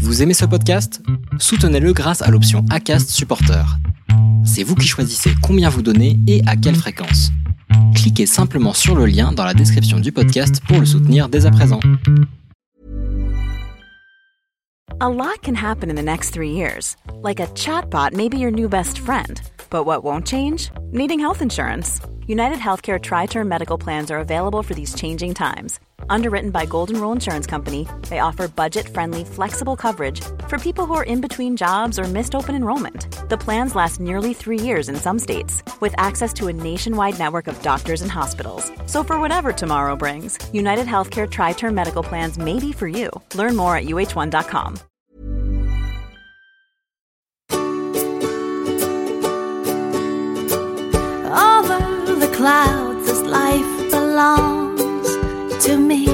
Vous aimez ce podcast ? Soutenez-le grâce à l'option Acast Supporter. C'est vous qui choisissez combien vous donnez et à quelle fréquence. Cliquez simplement sur le lien dans la description du podcast pour le soutenir dès à présent. A lot can happen in the next 3 years. Like a chatbot may be your new best friend. But what won't change? Needing health insurance. United Healthcare Tri-Term Medical Plans are available for these changing times. Underwritten by Golden Rule Insurance Company, they offer budget-friendly, flexible coverage for people who are in between jobs or missed open enrollment. The plans last nearly 3 years in some states, with access to a nationwide network of doctors and hospitals. So for whatever tomorrow brings, United Healthcare Tri-Term Medical Plans may be for you. Learn more at uh1.com. Over the clouds, this life belongs to me.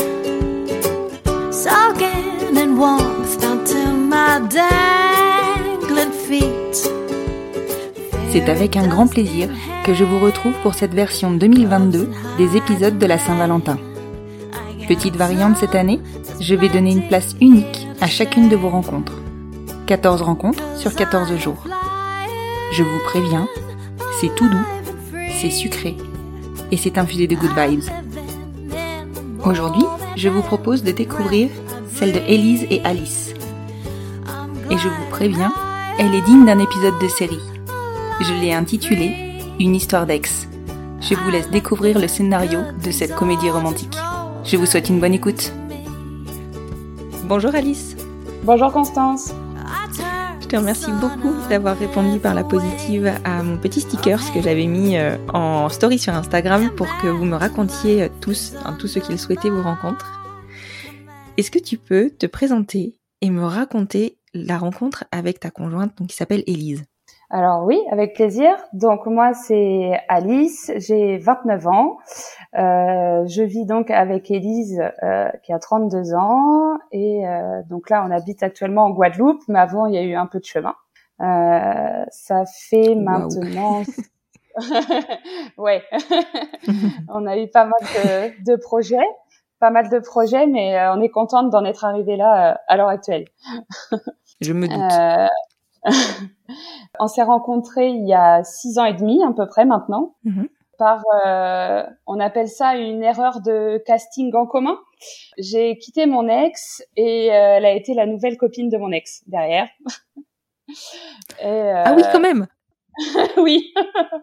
Soaking in warmth down to my dangling feet. C'est avec un grand plaisir que je vous retrouve pour cette version 2022 des épisodes de la Saint-Valentin. Petite variante cette année, je vais donner une place unique à chacune de vos rencontres. 14 rencontres sur 14 jours. Je vous préviens, c'est tout doux, c'est sucré et c'est infusé de good vibes. Aujourd'hui, je vous propose de découvrir celle de Élise et Alice. Et je vous préviens, elle est digne d'un épisode de série. Je l'ai intitulée « Une histoire d'ex ». Je vous laisse découvrir le scénario de cette comédie romantique. Je vous souhaite une bonne écoute. Bonjour Alice. Bonjour Constance. Je te remercie beaucoup d'avoir répondu par la positive à mon petit sticker que j'avais mis en story sur Instagram pour que vous me racontiez tous ceux qui le souhaitaient vos rencontres. Est-ce que tu peux te présenter et me raconter la rencontre avec ta conjointe qui s'appelle Élise ? Alors oui, avec plaisir. Donc moi c'est Alice, j'ai 29 ans. Je vis donc avec Élise qui a 32 ans et donc là on habite actuellement en Guadeloupe, mais avant il y a eu un peu de chemin. Ça fait maintenant... Ouais, on a eu pas mal de projets, mais on est contente d'en être arrivée là à l'heure actuelle. Je me doute. On s'est rencontrés il y a 6 ans et demi à peu près maintenant. Par, on appelle ça une erreur de casting en commun. J'ai quitté mon ex et elle a été la nouvelle copine de mon ex derrière. Ah oui, quand même. Oui.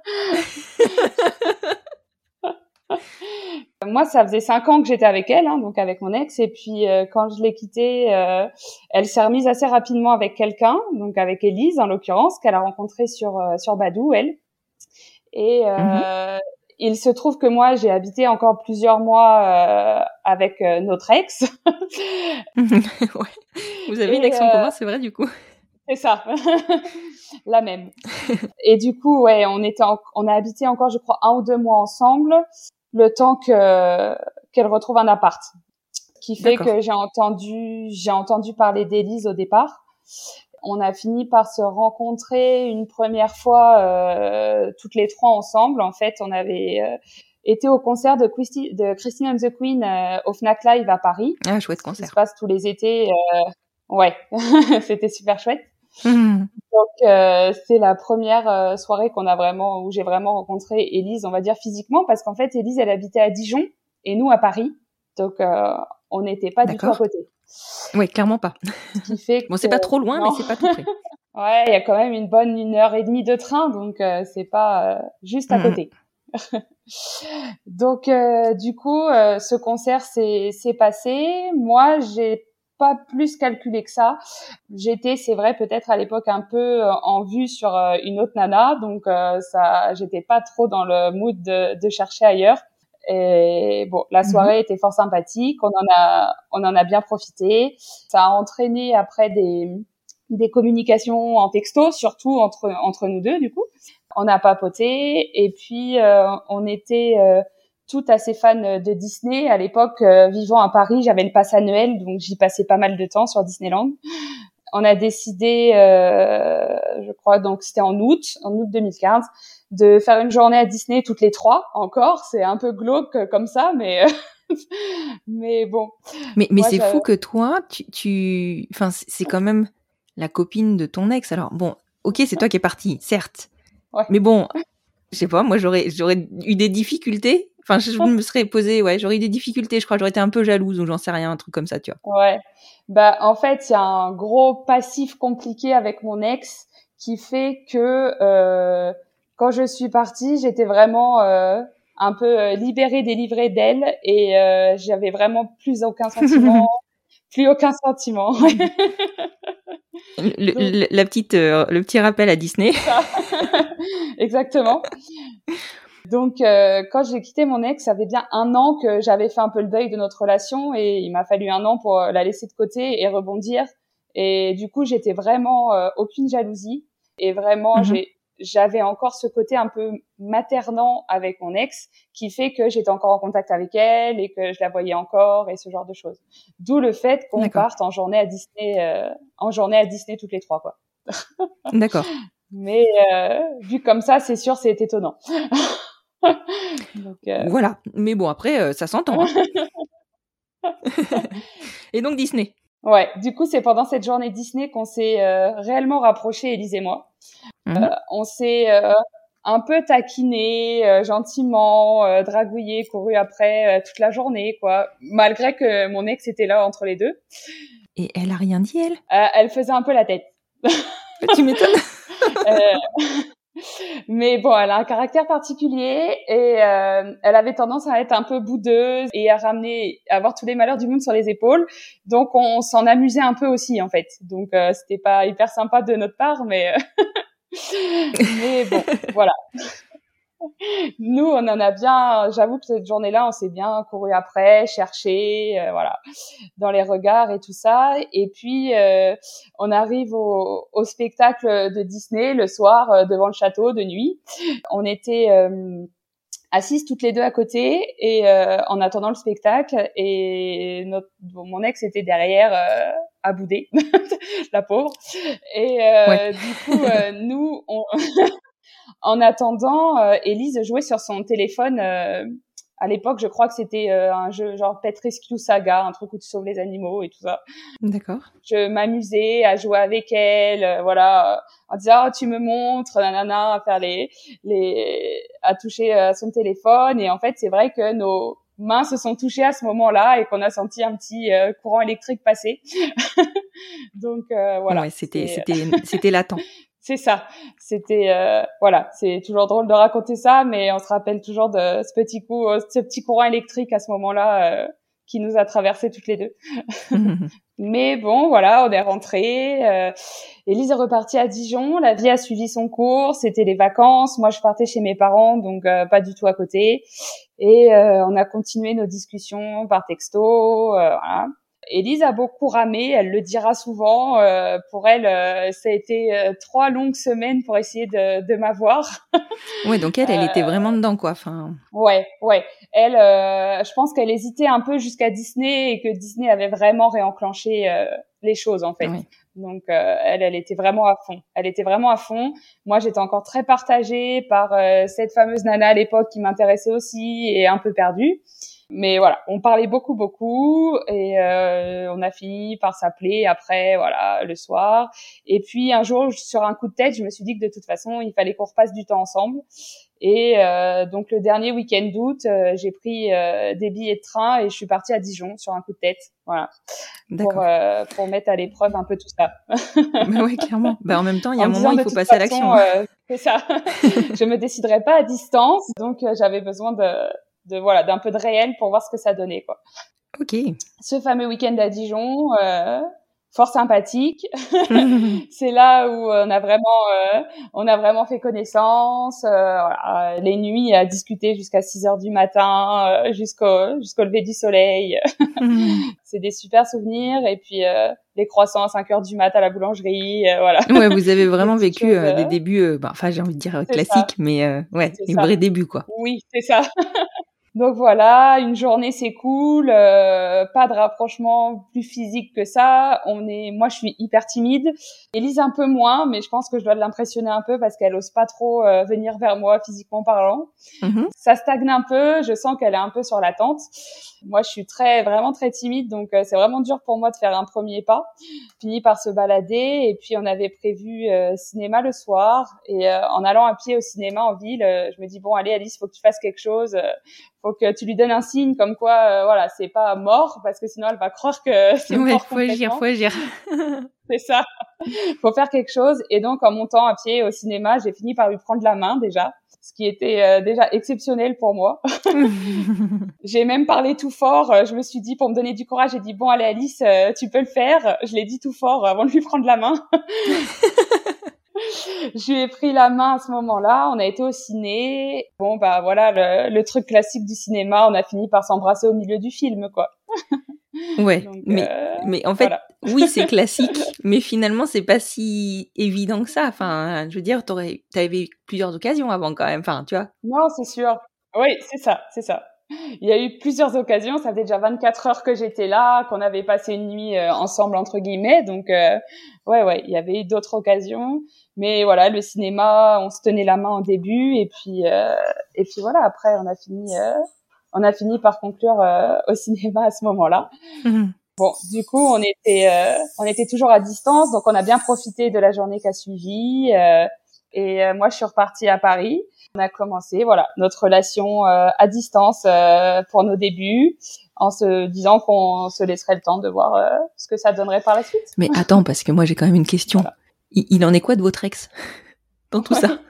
Moi, ça faisait 5 ans que j'étais avec elle, donc avec mon ex. Et puis, quand je l'ai quittée, elle s'est remise assez rapidement avec quelqu'un, donc avec Élise en l'occurrence, qu'elle a rencontrée sur Badoo, elle. Et il se trouve que moi, j'ai habité encore plusieurs mois avec notre ex. Ouais. Vous avez une ex en commun, c'est vrai, du coup. C'est ça, la même. Et du coup, ouais, on a habité encore, je crois, 1 ou 2 mois ensemble, le temps qu'elle retrouve un appart. Ce qui fait que j'ai entendu parler d'Élise au départ. On a fini par se rencontrer une première fois toutes les 3 ensemble. En fait, on avait été au concert de Christine and the Queen au Fnac Live à Paris. Ah, chouette concert. Qui se passe tous les étés. Ouais, c'était super chouette. Donc c'est la première soirée où j'ai vraiment rencontré Élise, on va dire physiquement, parce qu'en fait Élise elle habitait à Dijon et nous à Paris, donc on n'était pas du tout à côté. Oui, clairement pas. Ce qui fait que, bon, c'est pas trop loin, mais c'est pas tout près. Ouais, il y a quand même une bonne 1h30 de train, donc c'est pas juste à côté. Donc du coup ce concert s'est passé. Moi j'ai pas plus calculé que ça. J'étais, c'est vrai, peut-être à l'époque un peu en vue sur une autre nana, donc j'étais pas trop dans le mood de chercher ailleurs. Et bon, la soirée était fort sympathique, on en a bien profité. Ça a entraîné après des communications en texto, surtout entre nous deux du coup. On a papoté et puis on était toute assez fan de Disney. À l'époque, vivant à Paris, j'avais le pass annuel, donc j'y passais pas mal de temps sur Disneyland. On a décidé, je crois, donc c'était en août 2015, de faire une journée à Disney toutes les 3 encore. C'est un peu glauque comme ça, mais Mais bon. Mais c'est fou que toi, enfin, c'est quand même la copine de ton ex. Alors bon, ok, c'est toi qui es partie, certes. Ouais. Mais bon, je sais pas, moi j'aurais eu des difficultés. Enfin, je me serais posé, j'aurais eu des difficultés, je crois. J'aurais été un peu jalouse ou j'en sais rien, un truc comme ça, tu vois. Ouais. En fait, il y a un gros passif compliqué avec mon ex qui fait que quand je suis partie, j'étais vraiment un peu libérée, délivrée d'elle et j'avais vraiment plus aucun sentiment. Le petit rappel à Disney. Exactement. Donc, quand j'ai quitté mon ex, ça fait bien 1 an que j'avais fait un peu le deuil de notre relation et il m'a fallu 1 an pour la laisser de côté et rebondir. Et du coup, j'étais vraiment aucune jalousie et vraiment, j'avais encore ce côté un peu maternant avec mon ex qui fait que j'étais encore en contact avec elle et que je la voyais encore et ce genre de choses. D'où le fait qu'on parte en journée à Disney toutes les 3, quoi. D'accord. Mais vu comme ça, c'est sûr, c'est étonnant. Donc, voilà. Mais bon, après, ça s'entend. Hein. Et donc Disney. Ouais. Du coup, c'est pendant cette journée Disney qu'on s'est réellement rapprochés, Élise et moi. On s'est un peu taquiné, gentiment, dragouillé, couru après toute la journée, quoi. Malgré que mon ex était là entre les deux. Et elle a rien dit, elle? Elle faisait un peu la tête. Tu m'étonnes. Mais bon, elle a un caractère particulier et elle avait tendance à être un peu boudeuse et à avoir tous les malheurs du monde sur les épaules. Donc, on s'en amusait un peu aussi, en fait. Donc, c'était pas hyper sympa de notre part, mais mais bon, voilà. Nous, on en a bien, j'avoue que cette journée-là, on s'est bien couru après, cherché, voilà, dans les regards et tout ça. Et puis, on arrive au spectacle de Disney le soir devant le château de nuit. On était assises toutes les deux à côté et en attendant le spectacle. Et mon ex était derrière à bouder, la pauvre. Et du coup, nous, en attendant, Élise jouait sur son téléphone. À l'époque, je crois que c'était un jeu genre Pet Rescue Saga, un truc où tu sauves les animaux et tout ça. D'accord. Je m'amusais à jouer avec elle, voilà, en disant tu me montres, nanana, à faire à toucher son téléphone. Et en fait, c'est vrai que nos mains se sont touchées à ce moment-là et qu'on a senti un petit courant électrique passer. Donc voilà. Ouais, c'était latent. C'est ça. C'était voilà, c'est toujours drôle de raconter ça, mais on se rappelle toujours de ce petit courant électrique à ce moment-là qui nous a traversé toutes les deux. Mais bon, voilà, on est rentrés. Élise est repartie à Dijon. La vie a suivi son cours. C'était les vacances. Moi, je partais chez mes parents, donc pas du tout à côté. Et on a continué nos discussions par texto. Voilà. Élise a beaucoup ramé, elle le dira souvent. Pour elle, ça a été 3 longues semaines pour essayer de m'avoir. Ouais, donc elle était vraiment dedans, quoi. Enfin. Ouais. Elle, je pense qu'elle hésitait un peu jusqu'à Disney et que Disney avait vraiment réenclenché les choses, en fait. Ouais. Donc, elle était vraiment à fond. Elle était vraiment à fond. Moi, j'étais encore très partagée par cette fameuse nana à l'époque qui m'intéressait aussi et un peu perdue. Mais voilà, on parlait beaucoup et on a fini par s'appeler après, voilà, le soir. Et puis un jour, sur un coup de tête, je me suis dit que de toute façon, il fallait qu'on repasse du temps ensemble. Et donc le dernier week-end d'août, j'ai pris des billets de train et je suis partie à Dijon sur un coup de tête, voilà, pour mettre à l'épreuve un peu tout ça. Bah ouais, clairement. Bah en même temps, il y a un moment, il faut passer à l'action. C'est ça. Je me déciderai pas à distance, donc j'avais besoin d'un peu de réel pour voir ce que ça donnait, quoi. Ok. Ce fameux week-end à Dijon, fort sympathique. C'est là où on a vraiment fait connaissance. Voilà, les nuits à discuter jusqu'à 6h du matin, jusqu'au lever du soleil. C'est des super souvenirs. Et puis les croissants à 5h du mat à la boulangerie, voilà. Ouais, vous avez vraiment vécu des débuts, j'ai envie de dire classiques, mais ouais, les vrais débuts, quoi. Oui, c'est ça. Donc voilà, une journée c'est cool, pas de rapprochement plus physique que ça. Moi je suis hyper timide, Élise un peu moins, mais je pense que je dois l'impressionner un peu parce qu'elle ose pas trop venir vers moi physiquement parlant. Ça stagne un peu, je sens qu'elle est un peu sur l'attente. Moi je suis vraiment très timide, donc c'est vraiment dur pour moi de faire un premier pas. Fini par se balader et puis on avait prévu cinéma le soir et en allant à pied au cinéma en ville, je me dis bon allez Alice, faut que tu fasses quelque chose. Faut que tu lui donnes un signe comme quoi, voilà, c'est pas mort parce que sinon elle va croire que c'est mort complètement. Faut agir. C'est ça. Faut faire quelque chose. Et donc, en montant à pied au cinéma, j'ai fini par lui prendre la main déjà, ce qui était déjà exceptionnel pour moi. J'ai même parlé tout fort. Je me suis dit, pour me donner du courage, j'ai dit, bon, allez Alice, tu peux le faire. Je l'ai dit tout fort avant de lui prendre la main. Je lui ai pris la main à ce moment-là, on a été au ciné. Bon, bah voilà, le truc classique du cinéma, on a fini par s'embrasser au milieu du film, quoi. Ouais, donc, mais en fait, voilà. Oui, c'est classique, mais finalement, c'est pas si évident que ça. Enfin, je veux dire, t'avais plusieurs occasions avant quand même, enfin, tu vois. Non, c'est sûr. Oui, c'est ça. Il y a eu plusieurs occasions, ça faisait déjà 24 heures que j'étais là, qu'on avait passé une nuit ensemble, entre guillemets, donc ouais, il y avait eu d'autres occasions, mais voilà, le cinéma, on se tenait la main au début, et puis voilà, après, on a fini par conclure au cinéma à ce moment-là. Bon, du coup, on était toujours à distance, donc on a bien profité de la journée qui a suivi, et moi, je suis repartie à Paris. On a commencé, voilà, notre relation à distance pour nos débuts, en se disant qu'on se laisserait le temps de voir ce que ça donnerait par la suite. Mais attends, parce que moi, j'ai quand même une question. Voilà. Il en est quoi de votre ex dans tout ça?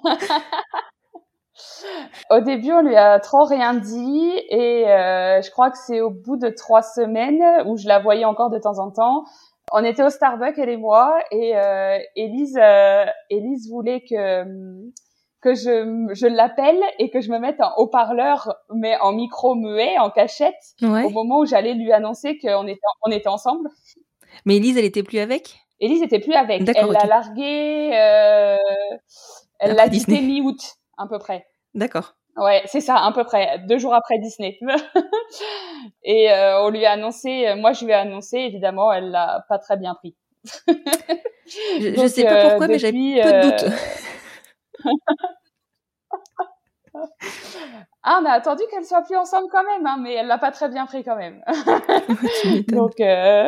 Au début, on lui a trop rien dit et je crois que c'est au bout de 3 semaines où je la voyais encore de temps en temps. On était au Starbucks, elle et moi, et Élise voulait que je l'appelle et que je me mette en haut-parleur, mais en micro muet, en cachette, au moment où j'allais lui annoncer qu'on était ensemble. Mais Élise, elle était plus avec? Élise était plus avec. D'accord, elle l'a largué, elle l'a quitté mi-août, à peu près. D'accord. Ouais, c'est ça, à peu près, 2 jours après Disney. Et on lui a annoncé, moi je lui ai annoncé, évidemment, elle l'a pas très bien pris. Je sais pas pourquoi, mais j'avais peu de doutes. Ah, on a attendu qu'elle soit plus ensemble quand même, hein, mais elle l'a pas très bien pris quand même. Donc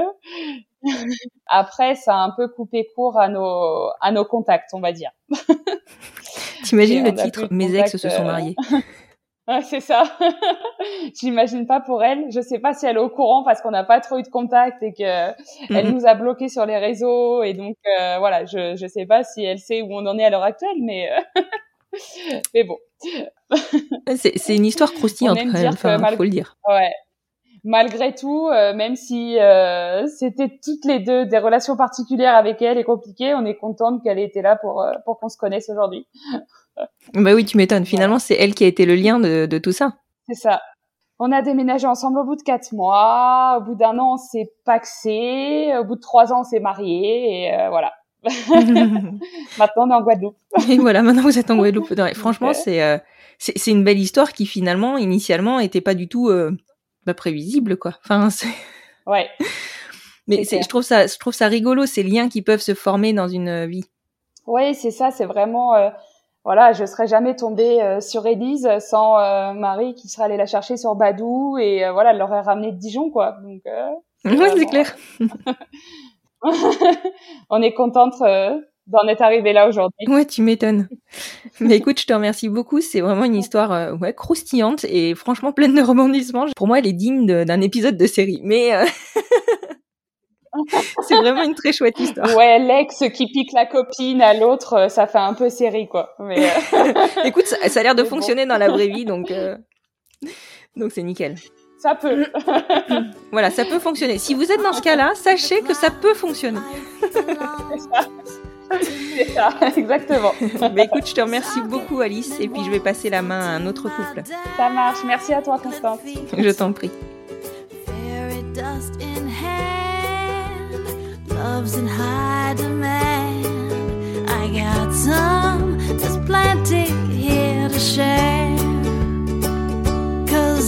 après, ça a un peu coupé court à nos contacts, on va dire. T'imagines le titre, mes ex se sont mariés. Ouais, c'est ça. J'imagine pas pour elle. Je sais pas si elle est au courant parce qu'on n'a pas trop eu de contact et que elle nous a bloqués sur les réseaux et donc voilà, je sais pas si elle sait où on en est à l'heure actuelle, mais bon. C'est une histoire croustillante quand même, faut le dire. Ouais. Malgré tout, même si c'était toutes les deux des relations particulières avec elle et compliquées, on est contente qu'elle ait été là pour qu'on se connaisse aujourd'hui. Bah oui, tu m'étonnes. Finalement, c'est elle qui a été le lien de tout ça. C'est ça. On a déménagé ensemble au bout de 4 mois. Au bout d'1 an, on s'est pacsé. Au bout de 3 ans, on s'est mariés. Et voilà. Maintenant, on est en Guadeloupe. Et voilà, maintenant, vous êtes en Guadeloupe. Non, franchement, c'est une belle histoire qui, finalement, initialement, était pas du tout prévisible, quoi. Enfin, c'est... Ouais. Mais je trouve ça rigolo, ces liens qui peuvent se former dans une vie. Oui, c'est ça. C'est vraiment... Voilà, je serais jamais tombée sur Élise sans Marie qui serait allée la chercher sur Badoo et voilà, elle l'aurait ramenée de Dijon, quoi. Donc, ouais, c'est clair. On est contente d'en être arrivée là aujourd'hui. Ouais, tu m'étonnes. Mais écoute, je te remercie beaucoup. C'est vraiment une histoire croustillante et franchement pleine de rebondissements. Pour moi, elle est digne d'un épisode de série. Mais c'est vraiment une très chouette histoire. Ouais, l'ex qui pique la copine à l'autre, ça fait un peu série, quoi. Mais écoute, ça a l'air de fonctionner dans la vraie vie, donc c'est nickel. Ça peut. Voilà, ça peut fonctionner. Si vous êtes dans ce cas-là, sachez que ça peut fonctionner. C'est ça, exactement. Mais écoute, je te remercie beaucoup, Alice, et puis je vais passer la main à un autre couple. Ça marche. Merci à toi, Constance. Je t'en prie. Love's in high demand. I got some, there's plenty here to share. 'Cause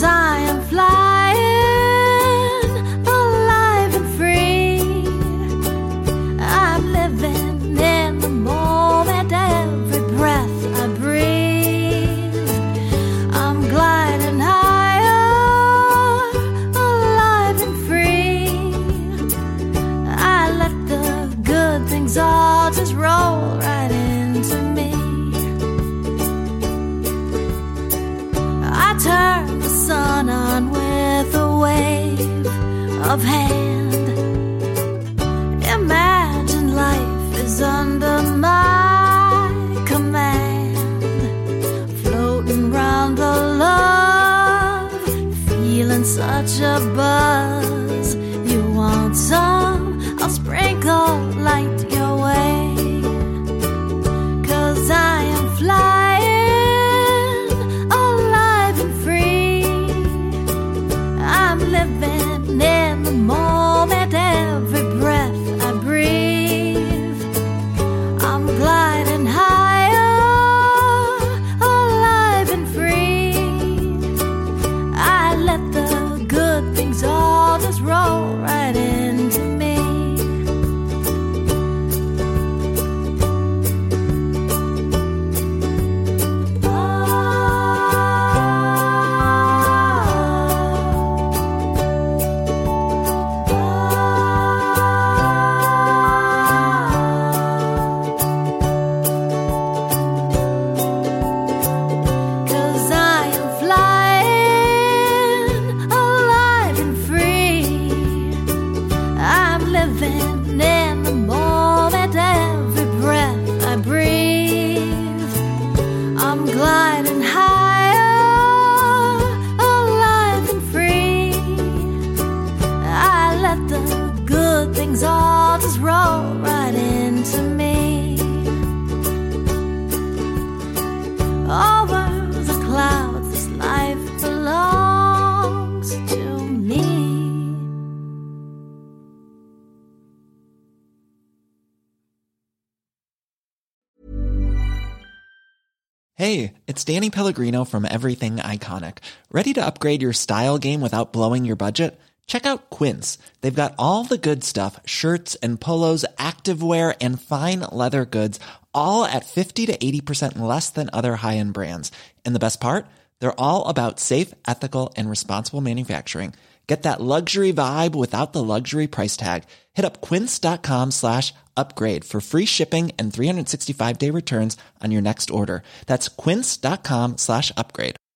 such a buzz. You want some? I'll sprinkle light your way. 'Cause I am flying, alive and free. I'm living in the moment, every breath I breathe. I'm gliding higher, alive and free. I let the good things all just roll right into me. Hey, it's Danny Pellegrino from Everything Iconic. Ready to upgrade your style game without blowing your budget? Check out Quince. They've got all the good stuff, shirts and polos, activewear, and fine leather goods, all at 50 to 80% less than other high-end brands. And the best part? They're all about safe, ethical, and responsible manufacturing. Get that luxury vibe without the luxury price tag. Hit up quince.com/upgrade for free shipping and 365-day returns on your next order. That's quince.com/upgrade.